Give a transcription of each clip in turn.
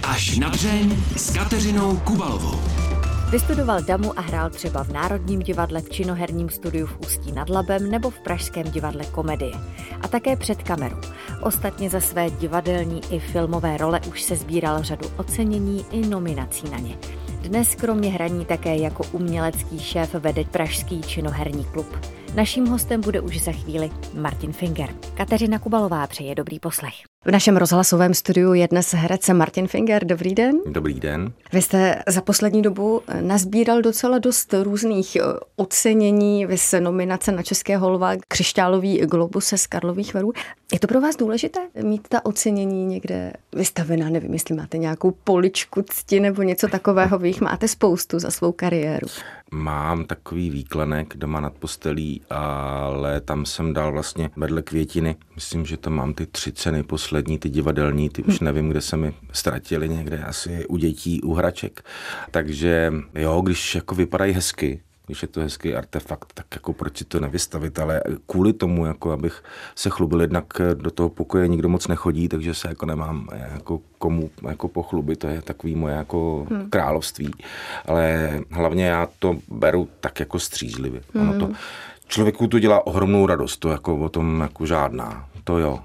Až na dřeň s Kateřinou Kubalovou. Vystudoval damu a hrál třeba v Národním divadle, v činoherním studiu v Ústí nad Labem nebo v Pražském divadle Komedie. A také před kamerou. Ostatně za své divadelní i filmové role už se sbíral řadu ocenění i nominací na ně. Dnes kromě hraní také jako umělecký šéf vede Pražský činoherní klub. Naším hostem bude už za chvíli Martin Finger. Kateřina Kubalová přeje dobrý poslech. V našem rozhlasovém studiu je dnes herec Martin Finger. Dobrý den. Dobrý den. Vy jste za poslední dobu nazbíral docela dost různých ocenění, vys nominace na České holva, Křišťálový globus z Karlových Varů. Je to pro vás důležité mít ta ocenění někde vystavená? Nevím, jestli máte nějakou poličku cti nebo něco takového. Vy jich máte spoustu za svou kariéru. Mám takový výklenek doma nad postelí, ale tam jsem dal vlastně vedle květiny. Myslím, že tam mám ty 3 ceny poslední, ty divadelní, ty už nevím, kde se mi ztratily někde, asi u dětí, u hraček. Takže jo, když jako vypadají hezky, když je to hezký artefakt, tak jako proč si to nevystavit, ale kvůli tomu, jako abych se chlubil, jednak do toho pokoje nikdo moc nechodí, takže se jako nemám jako komu jako pochlubit, to je takový moje jako království, ale hlavně já to beru tak jako střízlivě. Ono to, člověku to dělá ohromnou radost, to jako o tom jako žádná, to jo.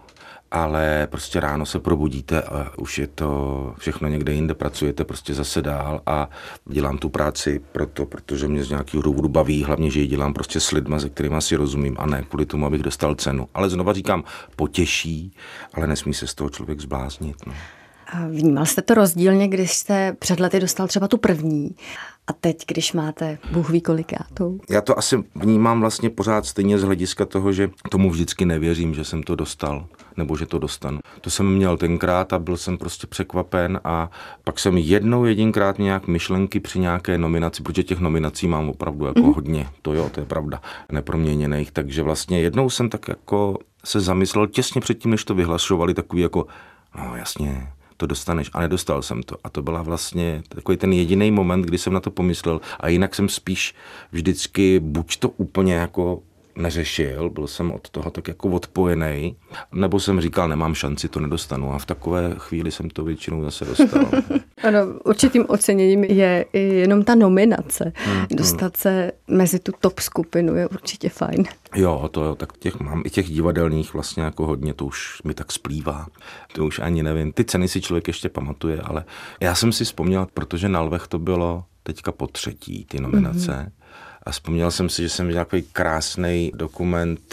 Ale prostě ráno se probudíte a už je to všechno někde jinde, pracujete prostě zase dál a dělám tu práci protože mě z nějakého důvodu baví, hlavně, že ji dělám prostě s lidma, se kterými si rozumím a ne kvůli tomu, abych dostal cenu. Ale znova říkám, potěší, ale nesmí se z toho člověk zbláznit. No. A vnímal jste to rozdílně, když jste před lety dostal třeba tu první a teď, když máte Bůh ví kolikátou? Já to asi vnímám vlastně pořád stejně z hlediska toho, že tomu vždycky nevěřím, že jsem to dostal nebo že to dostanu. To jsem měl tenkrát a byl jsem prostě překvapen a pak jsem jedinkrát nějak myšlenky při nějaké nominaci, protože těch nominací mám opravdu jako hodně, to jo, to je pravda, neproměněných, takže vlastně jednou jsem tak jako se zamyslel těsně předtím, než to vyhlašovali, takový jako, no jasně, to dostaneš. A nedostal jsem to. A to byla vlastně takový ten jediný moment, kdy jsem na to pomyslel. A jinak jsem spíš vždycky buď to úplně jako neřešil, byl jsem od toho tak jako odpojený, nebo jsem říkal, nemám šanci, to nedostanu. A v takové chvíli jsem to většinou zase dostal. Ano, určitým oceněním je i jenom ta nominace. Dostat se mezi tu top skupinu je určitě fajn. Jo, to jo, tak mám i těch divadelních vlastně jako hodně, to už mi tak splývá. To už ani nevím. Ty ceny si člověk ještě pamatuje, ale já jsem si vzpomněl, protože na Lvech to bylo teďka po 3. ty nominace. A vzpomněl jsem si, že jsem viděl takový krásný dokument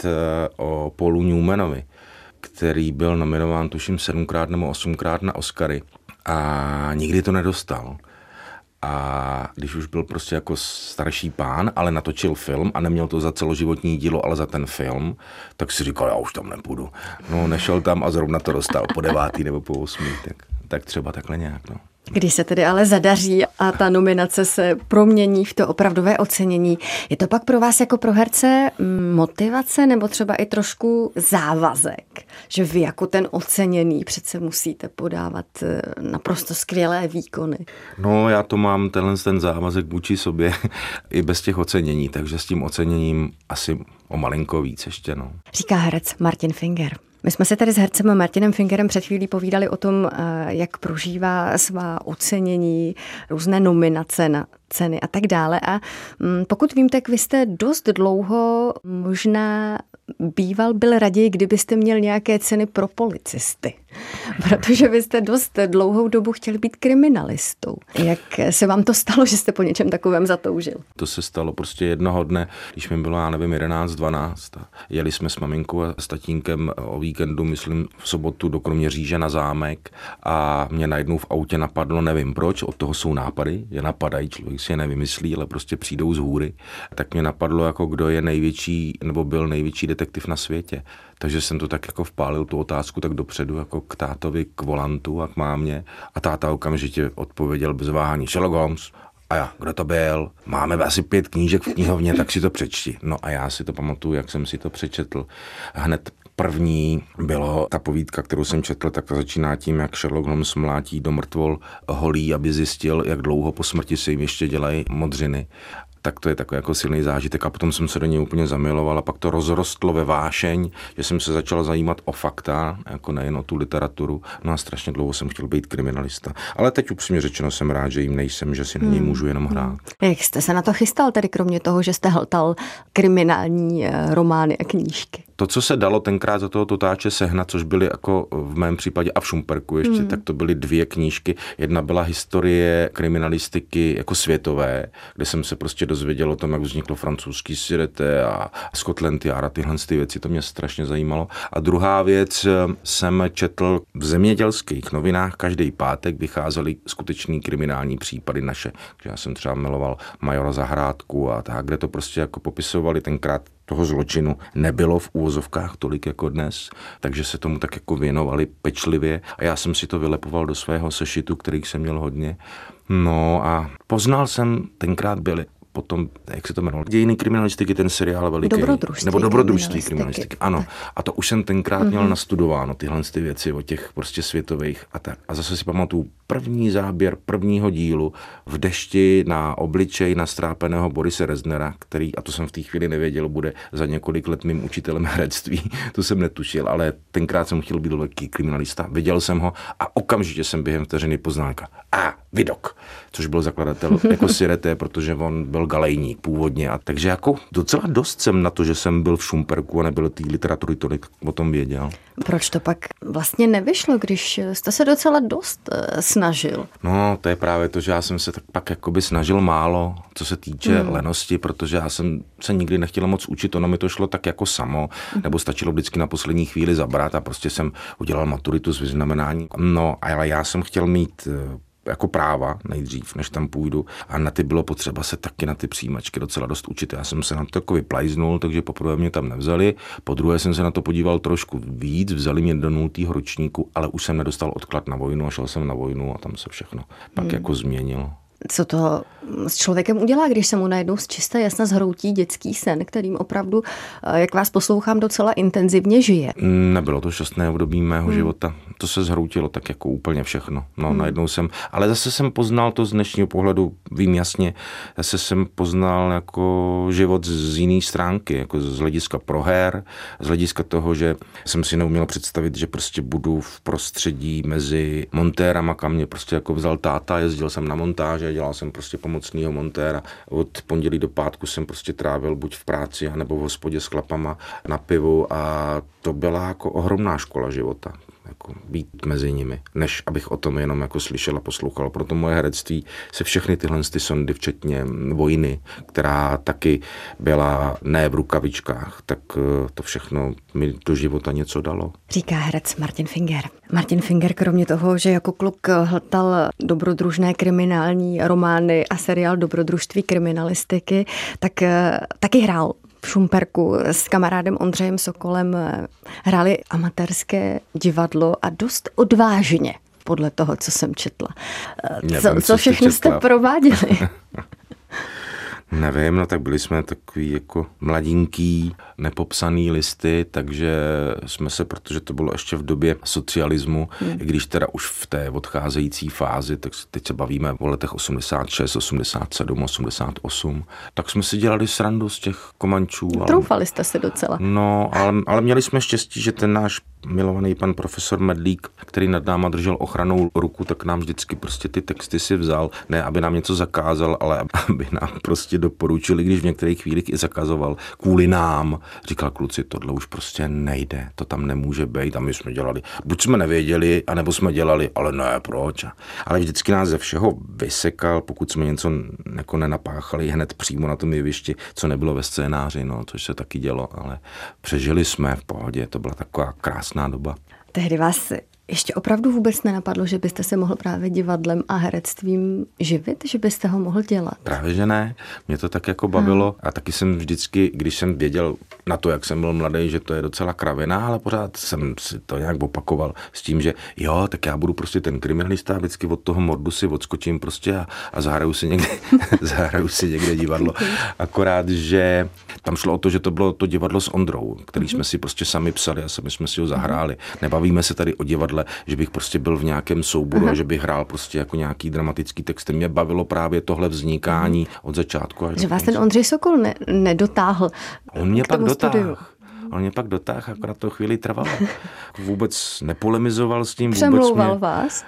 o Paulu Newmanovi, který byl nominován tuším 7krát nebo 8krát na Oscary a nikdy to nedostal. A když už byl prostě jako starší pán, ale natočil film a neměl to za celoživotní dílo, ale za ten film, tak si říkal, já už tam nepůjdu. No, nešel tam a zrovna to dostal po 9. nebo po 8. Tak třeba takhle nějak, no. Když se tedy ale zadaří a ta nominace se promění v to opravdové ocenění, je to pak pro vás jako pro herce motivace nebo třeba i trošku závazek, že vy jako ten oceněný přece musíte podávat naprosto skvělé výkony? No, já to mám ten závazek vůči sobě i bez těch ocenění, takže s tím oceněním asi o malinko víc ještě, no. Říká herec Martin Finger. My jsme se tady s hercem Martinem Fingerem před chvílí povídali o tom, jak prožívá svá ocenění, různé nominace na ceny a tak dále. A pokud vím, tak vy jste dost dlouho možná byl raději, kdybyste měl nějaké ceny pro policisty. Protože vy jste dost dlouhou dobu chtěli být kriminalistou. Jak se vám to stalo, že jste po něčem takovém zatoužil? To se stalo prostě jednoho dne, když mi bylo, já nevím, 11, 12. Jeli jsme s maminkou a s tatínkem o víkendu, myslím v sobotu do Kroměříže na zámek a mě najednou v autě napadlo, nevím proč, od toho jsou nápady, je napadají, člověk si je nevymyslí, ale prostě přijdou z hůry. Tak mě napadlo, jako kdo je největší, nebo byl největší detektiv na světě. Takže jsem to tak jako vpálil tu otázku tak dopředu, jako k tátovi, k volantu a k mámě. A táta okamžitě odpověděl bez váhání, Sherlock Holmes. A já, kdo to byl? Máme asi 5 knížek v knihovně, tak si to přečti. No a já si to pamatuju, jak jsem si to přečetl. Hned první bylo ta povídka, kterou jsem četl, tak to začíná tím, jak Sherlock Holmes mlátí do mrtvol holí, aby zjistil, jak dlouho po smrti se jim ještě dělají modřiny. tak to je takový jako silný zážitek a potom jsem se do něj úplně zamiloval a pak to rozrostlo ve vášeň, že jsem se začal zajímat o fakta, jako nejen o tu literaturu. No a strašně dlouho jsem chtěl být kriminalista. Ale teď upřímně řečeno jsem rád, že jim nejsem, že si na něj můžu jenom hrát. Jak jste se na to chystal, tedy kromě toho, že jste hltal kriminální romány a knížky? To, co se dalo tenkrát za toho totáče sehnat, což byly jako v mém případě a v Šumperku ještě, tak to byly 2 knížky. Jedna byla historie kriminalistiky jako světové, kde jsem se prostě dozvěděl o tom, jak vzniklo francouzský Sûreté a Scotland Yard a tyhle ty věci, to mě strašně zajímalo. A druhá věc, jsem četl v zemědělských novinách, každý pátek vycházely skutečný kriminální případy naše. Já jsem třeba miloval Majora Zahrádku a tak, kde to prostě jako popisovali tenkrát. Toho zločinu nebylo v úvozovkách tolik jako dnes, takže se tomu tak jako věnovali pečlivě a já jsem si to vylepoval do svého sešitu, kterých jsem měl hodně. No a poznal jsem, tenkrát byly potom, jak se to jmenovalo, Dějiny kriminalistiky, ten seriál veliký. Dobrodružství kriminalistiky. Ano. A to už jsem tenkrát měl nastudováno, tyhle ty věci o těch prostě světových a tak. A zase si pamatuju první záběr prvního dílu v dešti na obličej nastrápeného Borise Reznera, který, a to jsem v té chvíli nevěděl, bude za několik let mým učitelem herectví. To jsem netušil, ale tenkrát jsem chtěl být velký kriminalista. Viděl jsem ho a okamžitě jsem během vteřiny poznámka. Vidok, což byl zakladatel jako Sûreté, protože on byl galejník původně. A takže jako docela dost jsem na to, že jsem byl v Šumperku a nebyl té literatury tolik, o tom věděl. Proč to pak vlastně nevyšlo, když jste se docela dost snažil? No, to je právě to, že já jsem se tak pak jakoby snažil málo, co se týče lenosti, protože já jsem se nikdy nechtěl moc učit, ono mi to šlo tak jako samo, nebo stačilo vždycky na poslední chvíli zabrat a prostě jsem udělal maturitu s vyznamenáním. No, ale já jsem chtěl mít jako práva nejdřív, než tam půjdu. A na ty bylo potřeba se taky na ty přijímačky docela dost učit. Já jsem se na to jako vyplajznul, takže poprvé mě tam nevzali. Po druhé jsem se na to podíval trošku víc, vzali mě do 0. ročníku, ale už jsem nedostal odklad na vojnu a šel jsem na vojnu a tam se všechno pak jako změnilo. Co to s člověkem udělá, když se mu najednou z čisté jasna zhroutí dětský sen, kterým opravdu, jak vás poslouchám, docela intenzivně žije? Nebylo to šťastné období mého života. To se zhroutilo tak jako úplně všechno. No, najednou jsem, ale zase jsem poznal to z dnešního pohledu, vím jasně, zase jsem poznal jako život z jiné stránky, jako z hlediska proher, z hlediska toho, že jsem si neuměl představit, že prostě budu v prostředí mezi montérama, kam mě prostě jako vzal táta, jezdil jsem na montáže, dělal jsem prostě pomocnýho montéra. Od pondělí do pátku jsem prostě trávil buď v práci, nebo v hospodě s chlapama na pivu a to byla jako ohromná škola života. Jako být mezi nimi, než abych o tom jenom jako slyšel a poslouchal. Proto moje herectví se všechny tyhle sondy, včetně vojny, která taky byla ne v rukavičkách, tak to všechno mi do života něco dalo. Říká herec Martin Finger. Martin Finger kromě toho, že jako kluk hltal dobrodružné kriminální romány a seriál Dobrodružství kriminalistiky, tak taky hrál v Šumperku s kamarádem Ondřejem Sokolem, hráli amatérské divadlo a dost odvážně, podle toho, co jsem četla. Co všechno jste prováděli? Nevím, no tak byli jsme takový jako mladinký, nepopsaný listy, takže jsme se, protože to bylo ještě v době socialismu, i když teda už v té odcházející fázi, tak teď se bavíme o letech 86, 87, 88, tak jsme si dělali srandu z těch Komančů. Troufali jste se docela. No, ale měli jsme štěstí, že ten náš milovaný pan profesor Medlík, který nad náma držel ochranou ruku, tak nám vždycky prostě ty texty si vzal, ne aby nám něco zakázal, ale aby nám prostě doporučili, když v některých chvílích i zakazoval kvůli nám. Říkal, kluci, tohle už prostě nejde, to tam nemůže být a my jsme dělali. Buď jsme nevěděli, anebo jsme dělali, ale ne, proč? Ale vždycky nás ze všeho vysekal, pokud jsme něco jako nenapáchali hned přímo na tom jevišti, co nebylo ve scénáři, no, což se taky dělo, ale přežili jsme v pohodě, to byla taková krásná doba. Tehdy vás ještě opravdu vůbec nenapadlo, že byste se mohl právě divadlem a herectvím živit, že byste ho mohl dělat? Právě, že ne. Mě to tak jako bavilo a taky jsem vždycky, když jsem věděl na to, jak jsem byl mladý, že to je docela kravina, ale pořád jsem si to nějak opakoval s tím, že jo, tak já budu prostě ten kriminalista, vždycky od toho mordu si odskočím prostě a zahraju si někde divadlo. Akorát, že tam šlo o to, že to bylo to divadlo s Ondrou, který jsme si prostě sami psali a sami jsme si ho zahráli. Nebavíme se tady o divadle divadle, že bych prostě byl v nějakém souboru a že bych hrál prostě jako nějaký dramatický text. Mě bavilo právě tohle vznikání od začátku. Že vás ten Ondřej Sokol nedotáhl. On mě pak dotáhl. On mě pak dotáhl, akorát to chvíli trvalo. Vůbec nepolemizoval s tím. Přemlouval vás?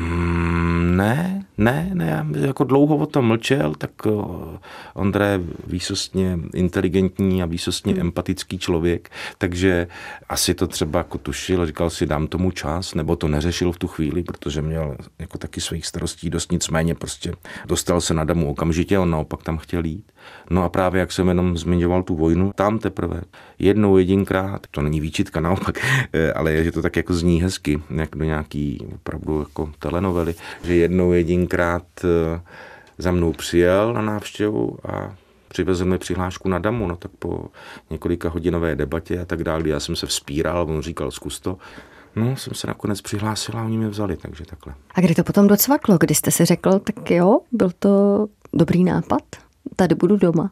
Ne, já jako dlouho o tom mlčel, tak Ondra je výsostně inteligentní a výsostně empatický člověk, takže asi to třeba jako tušil, říkal si, dám tomu čas, nebo to neřešil v tu chvíli, protože měl jako taky svých starostí dost, nicméně prostě dostal se na Damu okamžitě, on naopak tam chtěl jít. No a právě jak jsem jenom zmiňoval tu vojnu, tam teprve jedinkrát, to není výčitka naopak, ale je, že to tak jako zní hezky, jak do nějaký opravdu jako telenovely, že jedinkrát za mnou přijel na návštěvu a přivezl mi přihlášku na Damu, no tak po několika hodinové debatě a tak dále, já jsem se vzpíral, on říkal, zkus to. No, jsem se nakonec přihlásil a oni mě vzali, takže takhle. A kdy to potom docvaklo, kdy jste si řekl, tak jo, byl to dobrý nápad, tady budu doma?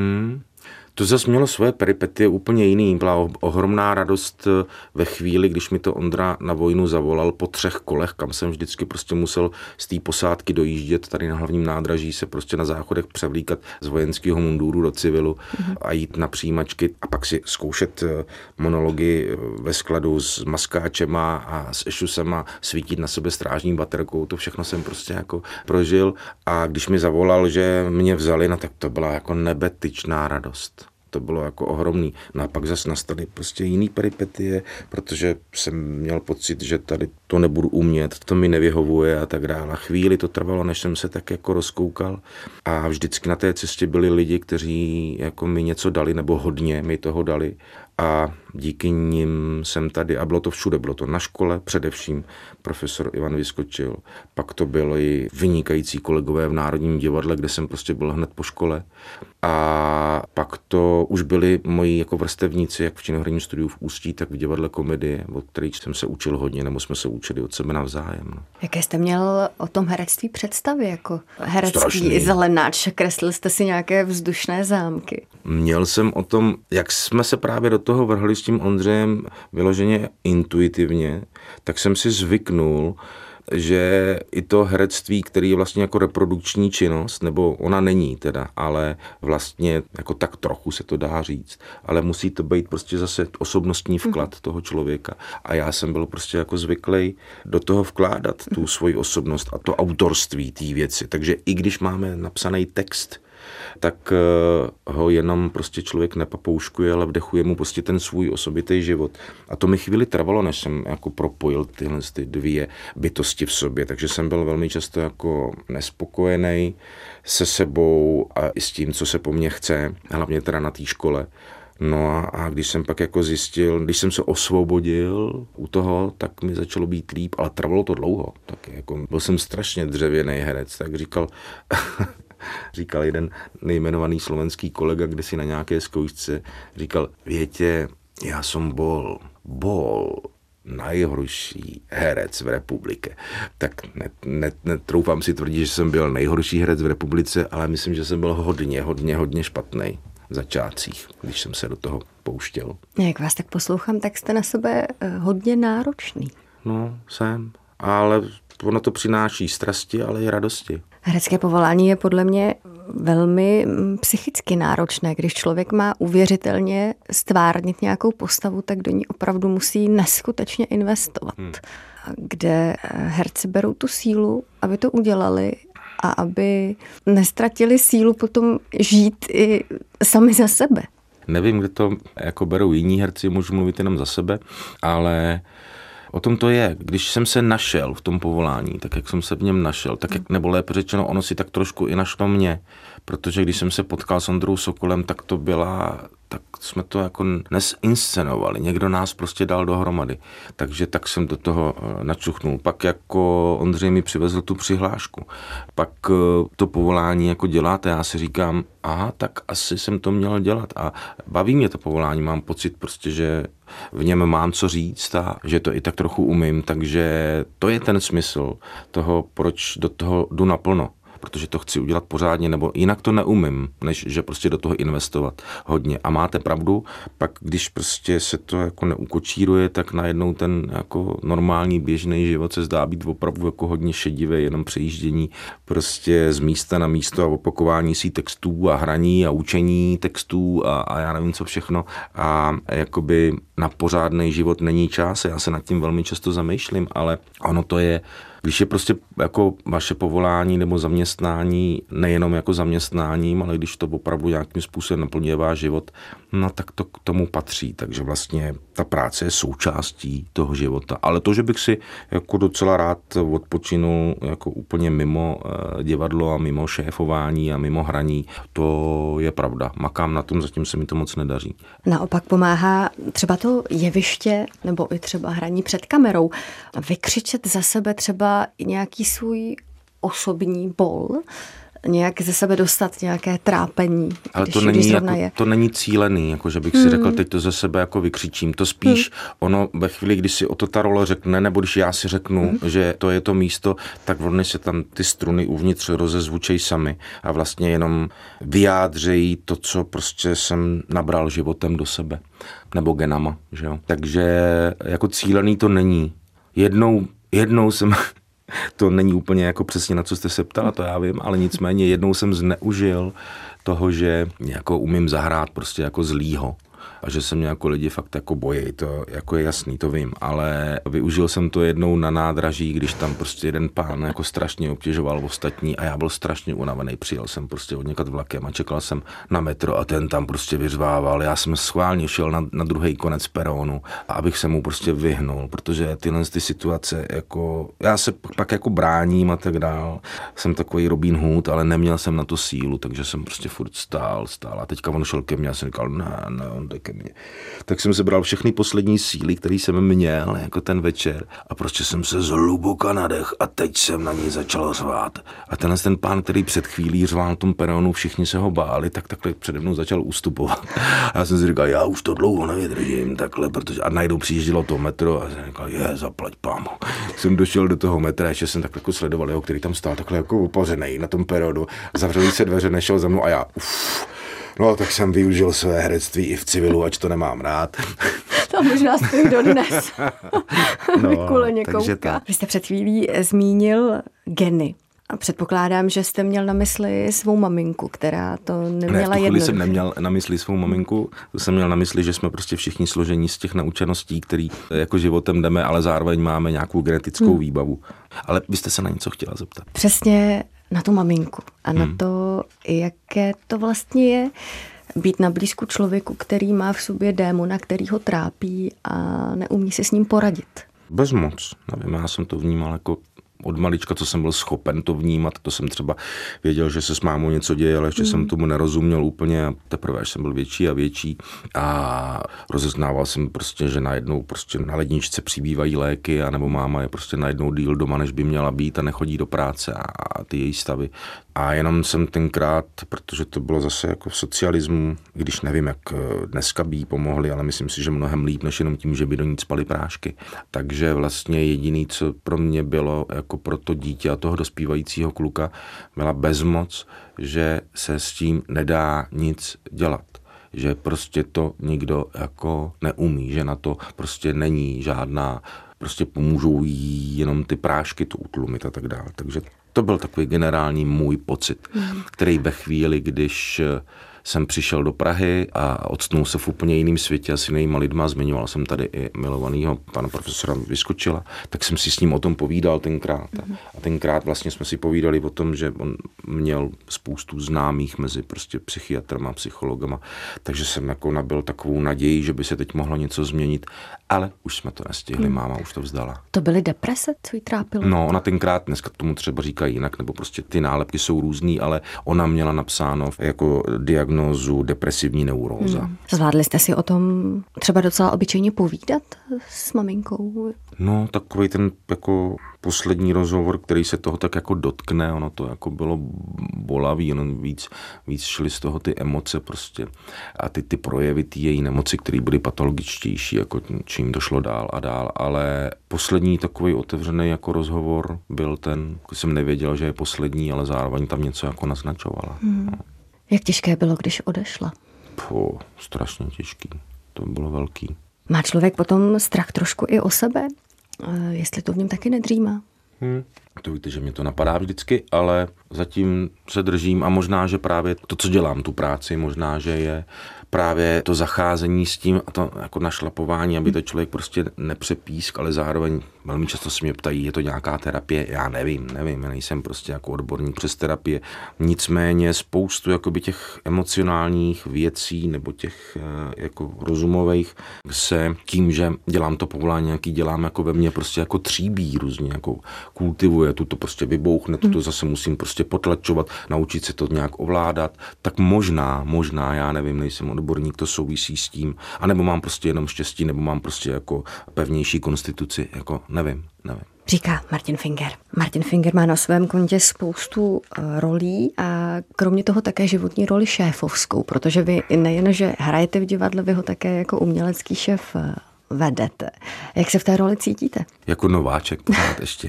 To zase mělo svoje peripetie úplně jiný. Byla ohromná radost ve chvíli, když mi to Ondra na vojnu zavolal po 3 kolech, kam jsem vždycky prostě musel z té posádky dojíždět tady na hlavním nádraží, se prostě na záchodech převlíkat z vojenského munduru do civilu a jít na přijímačky a pak si zkoušet monology ve skladu s maskáčema a s ešusema, svítit na sebe strážní baterkou. To všechno jsem prostě jako prožil a když mi zavolal, že mě vzali, no tak to byla jako nebetyčná radost. To bylo jako ohromný. No a pak zase nastaly prostě jiný peripetie, protože jsem měl pocit, že tady to nebudu umět, to mi nevyhovuje a tak dále. Chvíli to trvalo, než jsem se tak jako rozkoukal a vždycky na té cestě byli lidi, kteří jako mi něco dali, nebo hodně mi toho dali a díky nim jsem tady, a bylo to všude, bylo to na škole, především profesor Ivan Vyskočil, pak to byli vynikající kolegové v Národním divadle, kde jsem prostě byl hned po škole a pak to už byli moji jako vrstevníci, jak v Činoherním studiu v Ústí, tak v divadle Komedie, od kterých jsem se učil hodně, nebo jsme se učili od sebe navzájem. No. Jaké jste měl o tom herectví představy, jako herecký zelenáč? Kreslil jste si nějaké vzdušné zámky? Měl jsem o tom, jak jsme se právě do toho vrhli s tím Ondřejem vyloženě intuitivně, tak jsem si zvyknul, že i to herectví, který je vlastně jako reprodukční činnost, nebo ona není teda, ale vlastně jako tak trochu se to dá říct, ale musí to být prostě zase osobnostní vklad toho člověka. A já jsem byl prostě jako zvyklý do toho vkládat tu svoji osobnost a to autorství té věci. Takže i když máme napsaný text, tak ho jenom prostě člověk nepapouškuje, ale vdechuje mu prostě ten svůj osobitý život. A to mi chvíli trvalo, než jsem jako propojil tyhle ty 2 bytosti v sobě, takže jsem byl velmi často jako nespokojený se sebou a i s tím, co se po mně chce, hlavně teda na té škole. No a když jsem pak jako zjistil, když jsem se osvobodil u toho, tak mi začalo být líp, ale trvalo to dlouho. Tak jako byl jsem strašně dřevěný herec, tak říkal jeden nejmenovaný slovenský kolega, kde si na nějaké zkoušce říkal, Větě, já jsem bol nejhorší herec v republike. Tak netroufám si tvrdit, že jsem byl nejhorší herec v republice, ale myslím, že jsem byl hodně špatnej v začátcích, když jsem se do toho pouštěl. Jak vás tak poslouchám, tak jste na sebe hodně náročný. No, jsem, ale ono to přináší strasti, ale i radosti. Herecké povolání je podle mě velmi psychicky náročné. Když člověk má uvěřitelně stvárnit nějakou postavu, tak do ní opravdu musí neskutečně investovat. Kde herci berou tu sílu, aby to udělali a aby nestratili sílu potom žít i sami za sebe. Nevím, kde to jako berou jiní herci, můžu mluvit jenom za sebe, ale o tom to je. Když jsem se našel v tom povolání, tak jak jsem se v něm našel, tak jak, nebo lépe řečeno, ono si tak trošku i našlo mě, protože když jsem se potkal s Ondrou Sokolem, tak jsme to jako nesinscenovali. Někdo nás prostě dal dohromady. Takže tak jsem do toho načuchnul. Pak jako Ondřej mi přivezl tu přihlášku. Pak to povolání jako děláte, já si říkám, aha, tak asi jsem to měl dělat. A baví mě to povolání, mám pocit prostě, že v něm mám co říct a že to i tak trochu umím, takže to je ten smysl toho, proč do toho jdu naplno. protože to chci udělat pořádně, nebo jinak to neumím, než že prostě do toho investovat hodně. A máte pravdu, pak když prostě se to jako neukočíruje, tak najednou ten jako normální běžný život se zdá být opravdu jako hodně šedivý, jenom přejíždění prostě z místa na místo a opakování si textů a hraní a učení textů a já nevím co všechno. A jakoby na pořádný život není čas. Já se nad tím velmi často zamýšlím, ale ono to je, když je prostě jako vaše povolání nebo zaměstnání nejenom jako zaměstnáním, ale když to opravdu nějakým způsobem naplňuje váš život, no tak to k tomu patří. Takže vlastně ta práce je součástí toho života. Ale to, že bych si jako docela rád odpočinul jako úplně mimo divadlo a mimo šéfování a mimo hraní, to je pravda. Makám na tom, zatím se mi to moc nedaří. Naopak pomáhá třeba to jeviště nebo i třeba hraní před kamerou. Vykřičet za sebe třeba nějaký svůj osobní bol, nějak ze sebe dostat nějaké trápení. Ale to není cílený, jako že bych si řekl, teď to ze sebe jako vykřičím. To spíš ono ve chvíli, když si o to ta role řekne, nebo když já si řeknu, že to je to místo, tak oni se tam ty struny uvnitř rozezvučej sami a vlastně jenom vyjádřejí to, co prostě jsem nabral životem do sebe. Nebo genama, že jo. Takže jako cílený to není. Jednou jsem, to není úplně jako přesně na co jste se ptala, to já vím, ale nicméně jednou jsem zneužil toho, že jako umím zahrát prostě jako zlýho a že se mě jako lidi fakt jako bojí, to jako je jasný, to vím, ale využil jsem to jednou na nádraží, když tam prostě jeden pán jako strašně obtěžoval ostatní a já byl strašně unavený, přijel jsem prostě odněkud vlakem a čekal jsem na metro a ten tam prostě vyřvával, já jsem schválně šel na druhý konec peronu, abych se mu prostě vyhnul, protože tyhle ty situace jako, já se pak jako bráním a tak dál, jsem takový Robin Hood, ale neměl jsem na to sílu, takže jsem prostě furt stál a teďka on šel ke mně a jsem říkal, ne, on jde ke mně. Tak jsem sebral všechny poslední síly, které jsem měl jako ten večer a prostě jsem se zhluboka nadech a teď jsem na něj začal řvát. A ten pán, který před chvílí řval na tom peronu, všichni se ho báli, tak takhle přede mnou začal ustupovat. A já jsem si říkal, já už to dlouho nevydržím takhle, protože a najednou přijíždělo to metro a jsem říkal, zaplať pámu. Jsem došel do toho metra, ještě jsem tak jako sledoval jeho, který tam stál takhle jako opařenej na tom peronu. Zavřeli se dveře, nešel za mnou a já no, tak jsem využil své herectví i v civilu, ač to nemám rád. To možná stojí dodnes. Vykuleně kouká. Vy jste před chvílí zmínil geny. A předpokládám, že jste měl na mysli svou maminku, která to neměla jednoduché. Ne, jsem neměl na mysli svou maminku, to jsem měl na mysli, že jsme prostě všichni složení z těch naučeností, který jako životem jdeme, ale zároveň máme nějakou genetickou výbavu. Ale vy jste se na něco chtěla zeptat. Přesně na tu maminku a na to, jaké to vlastně je být na blízku člověku, který má v sobě démona, který ho trápí a neumí si s ním poradit. Bezmoc, nevím, já jsem to vnímal jako od malička, co jsem byl schopen to vnímat, to jsem třeba věděl, že se s mámou něco děje, ale ještě jsem tomu nerozuměl úplně a teprve, až jsem byl větší a větší a rozeznával jsem prostě, že najednou prostě na ledničce přibývají léky a nebo máma je prostě najednou díl doma, než by měla být a nechodí do práce a ty její stavy. A jenom jsem tenkrát, protože to bylo zase jako v socialismu, když nevím, jak dneska by jí pomohli, ale myslím si, že mnohem líp, než jenom tím, že by do ní cpali prášky. Takže vlastně jediný, co pro mě bylo jako pro to dítě a toho dospívajícího kluka, byla bezmoc, že se s tím nedá nic dělat. Že prostě to nikdo jako neumí, že na to prostě není žádná, prostě pomůžou jí jenom ty prášky to utlumit a tak dále. Takže to byl takový generální můj pocit, který ve chvíli, když jsem přišel do Prahy a odstnul se v úplně jiném světě a s jinýma lidma, zmiňoval jsem tady i milovanýho pana profesora Vyskočila, tak jsem si s ním o tom povídal tenkrát. A tenkrát vlastně jsme si povídali o tom, že on měl spoustu známých mezi prostě psychiatrama, psychologama, takže jsem jako nabyl takovou naději, že by se teď mohlo něco změnit, ale už jsme to nestihli, máma už to vzdala. To byly deprese, co jí trápilo? No, ona tenkrát, dneska tomu třeba říkají jinak, nebo prostě ty nálepky jsou různý, ale ona měla napsáno jako diagnózu depresivní neuróza. Zvládli jste si o tom třeba docela obyčejně povídat s maminkou? No, takový ten jako poslední rozhovor, který se toho tak jako dotkne, ono to jako bylo bolavý, ono víc šly z toho ty emoce prostě a ty projevy ty její nemoci, které byly patologičtější, jako čím to šlo dál a dál, ale poslední takový otevřený jako rozhovor byl ten, jsem nevěděl, že je poslední, ale zároveň tam něco jako naznačovala. No. Jak těžké bylo, když odešla? Strašně těžký, to bylo velký. Má člověk potom strach trošku i o sebe? Jestli to v něm taky nedřímá? To víte, že mě to napadá vždycky, ale zatím se držím a možná, že právě to, co dělám, tu práci, možná, že je právě to zacházení s tím a to jako našlapování, aby to člověk prostě nepřepísk, ale zároveň velmi často se mě ptají, je to nějaká terapie? Já nevím, já nejsem prostě jako odborník přes terapie. Nicméně spoustu jakoby těch emocionálních věcí nebo těch jako rozumových se tím, že dělám to povolání, jaký dělám jako ve mně prostě jako tříbí různě, jako kultivuje, tu to prostě vybouchne, to zase musím prostě potlačovat, naučit se to nějak ovládat, tak možná, já nevím, nejsem odborník, to souvisí s tím, anebo mám prostě jenom štěstí, nebo mám prostě jako pevnější konstituci, jako nevím. Říká Martin Finger. Martin Finger má na svém kontě spoustu rolí a kromě toho také životní roli šéfovskou, protože vy nejen, že hrajete v divadle, vy ho také jako umělecký šéf vedete. Jak se v té roli cítíte? Jako nováček pořád ještě.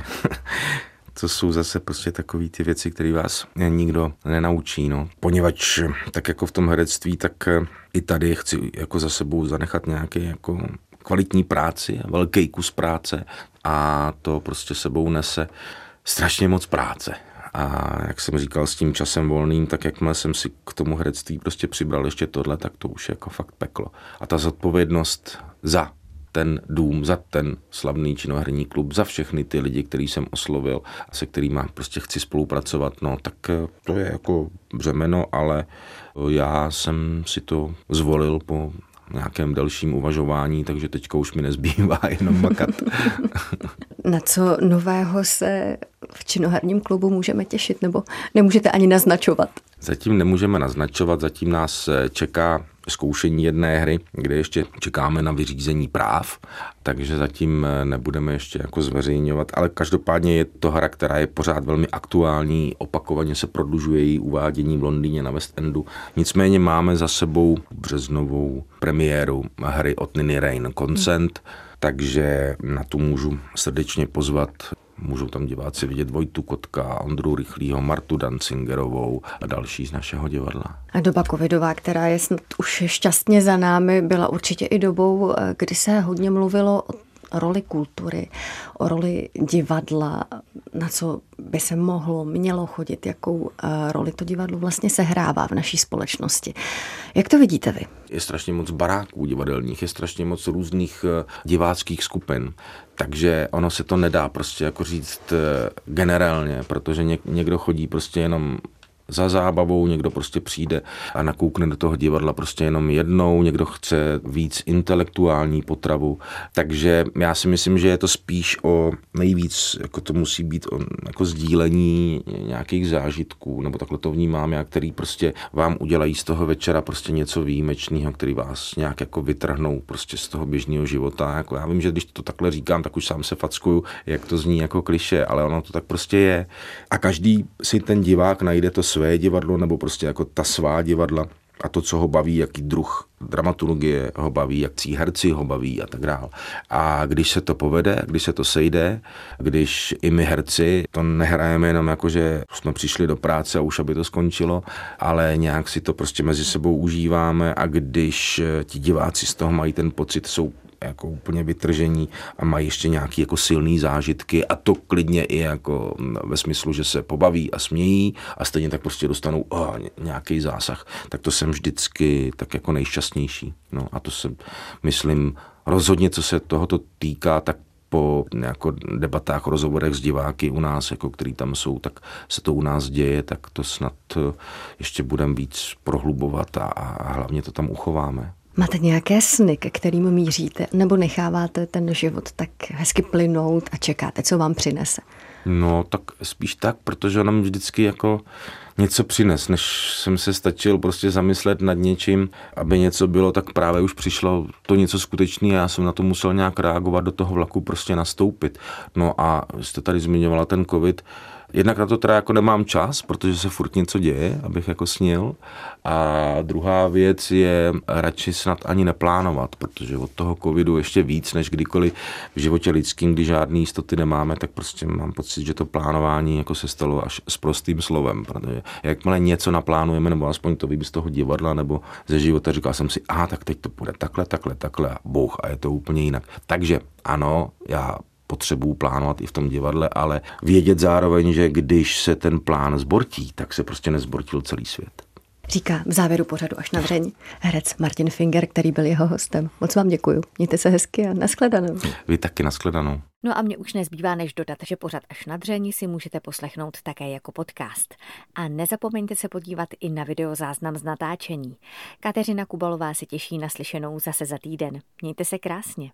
To jsou zase prostě takové ty věci, které vás nikdo nenaučí, no. Poněvadž tak jako v tom herectví, tak i tady chci jako za sebou zanechat nějaký jako kvalitní práci, velký kus práce a to prostě sebou nese strašně moc práce. A jak jsem říkal, s tím časem volným, tak jakmile jsem si k tomu herectví prostě přibral ještě tohle, tak to už je jako fakt peklo. A ta zodpovědnost za ten dům, za ten slavný činoherní klub, za všechny ty lidi, který jsem oslovil a se kterými prostě chci spolupracovat, no tak to je jako břemeno, ale já jsem si to zvolil po nějakém delším uvažování, takže teďka už mi nezbývá jenom makat. Na co nového se v činoherním klubu můžeme těšit, nebo nemůžete ani naznačovat? Zatím nemůžeme naznačovat, zatím nás čeká zkoušení jedné hry, kde ještě čekáme na vyřízení práv, takže zatím nebudeme ještě jako zveřejňovat, ale každopádně je to hra, která je pořád velmi aktuální, opakovaně se prodlužuje její uvádění v Londýně na West Endu. Nicméně máme za sebou březnovou premiéru hry od Niny Rain Consent, takže na tu můžu srdečně pozvat. Můžou tam diváci vidět Vojtu Kotka, Ondru Rychlýho, Martu Dancingerovou a další z našeho divadla. A doba covidová, která je snad už šťastně za námi, byla určitě i dobou, kdy se hodně mluvilo o roli kultury, o roli divadla, na co by se mělo chodit, jakou roli to divadlo vlastně sehrává v naší společnosti. Jak to vidíte vy? Je strašně moc baráků divadelních, je strašně moc různých diváckých skupin, takže ono se to nedá prostě jako říct generálně, protože někdo chodí prostě jenom za zábavou, někdo prostě přijde a nakoukne do toho divadla prostě jenom jednou, někdo chce víc intelektuální potravu, takže já si myslím, že je to spíš o nejvíc, jako to musí být o jako sdílení nějakých zážitků, nebo takhle to vnímám já, který prostě vám udělají z toho večera prostě něco výjimečného, který vás nějak jako vytrhnou prostě z toho běžného života. Jako já vím, že když to takhle říkám, tak už sám se fackuju, jak to zní jako klišé, ale ono to tak prostě je. A každý si ten divák najde to své divadlo, nebo prostě jako ta svá divadla a to, co ho baví, jaký druh dramaturgie ho baví, jakcí herci ho baví a tak dál. A když se to povede, když se to sejde, když i my herci to nehrajeme jenom jako, že jsme přišli do práce a už aby to skončilo, ale nějak si to prostě mezi sebou užíváme a když ti diváci z toho mají ten pocit, jsou jako úplně vytržení a mají ještě nějaký jako silný zážitky a to klidně i jako ve smyslu, že se pobaví a smějí a stejně tak prostě dostanou nějaký zásah, tak to jsem vždycky tak jako nejšťastnější. No a to se myslím rozhodně, co se tohoto týká, tak po jako debatách, rozhovorech s diváky u nás, jako který tam jsou, tak se to u nás děje, tak to snad ještě budeme víc prohlubovat a hlavně to tam uchováme. Máte nějaké sny, ke kterým míříte, nebo necháváte ten život tak hezky plynout a čekáte, co vám přinese? No, tak spíš tak, protože on vždycky jako něco přines, než jsem se stačil prostě zamyslet nad něčím, aby něco bylo, tak právě už přišlo to něco skutečného a já jsem na to musel nějak reagovat, do toho vlaku prostě nastoupit. No a jste tady zmiňovala ten covid, jednak na to teda jako nemám čas, protože se furt něco děje, abych jako snil. A druhá věc je radši snad ani neplánovat, protože od toho covidu ještě víc než kdykoliv v životě lidským, kdy žádný jistoty nemáme, tak prostě mám pocit, že to plánování jako se stalo až s prostým slovem, protože jakmile něco naplánujeme, nebo aspoň to vím z toho divadla nebo ze života, říkal jsem si, tak teď to půjde takhle a bouch a je to úplně jinak. Takže ano, já potřebuju plánovat i v tom divadle, ale vědět zároveň, že když se ten plán zbortí, tak se prostě nezbortil celý svět. Říká v závěru pořadu Až na dřeň herec Martin Finger, který byl jeho hostem. Moc vám děkuju. Mějte se hezky a nashledanou. Vy taky nashledanou. No a mě už nezbývá, než dodat, že pořad Až na dřeň si můžete poslechnout také jako podcast. A nezapomeňte se podívat i na videozáznam z natáčení. Kateřina Kubalová se těší na slyšenou zase za týden. Mějte se krásně.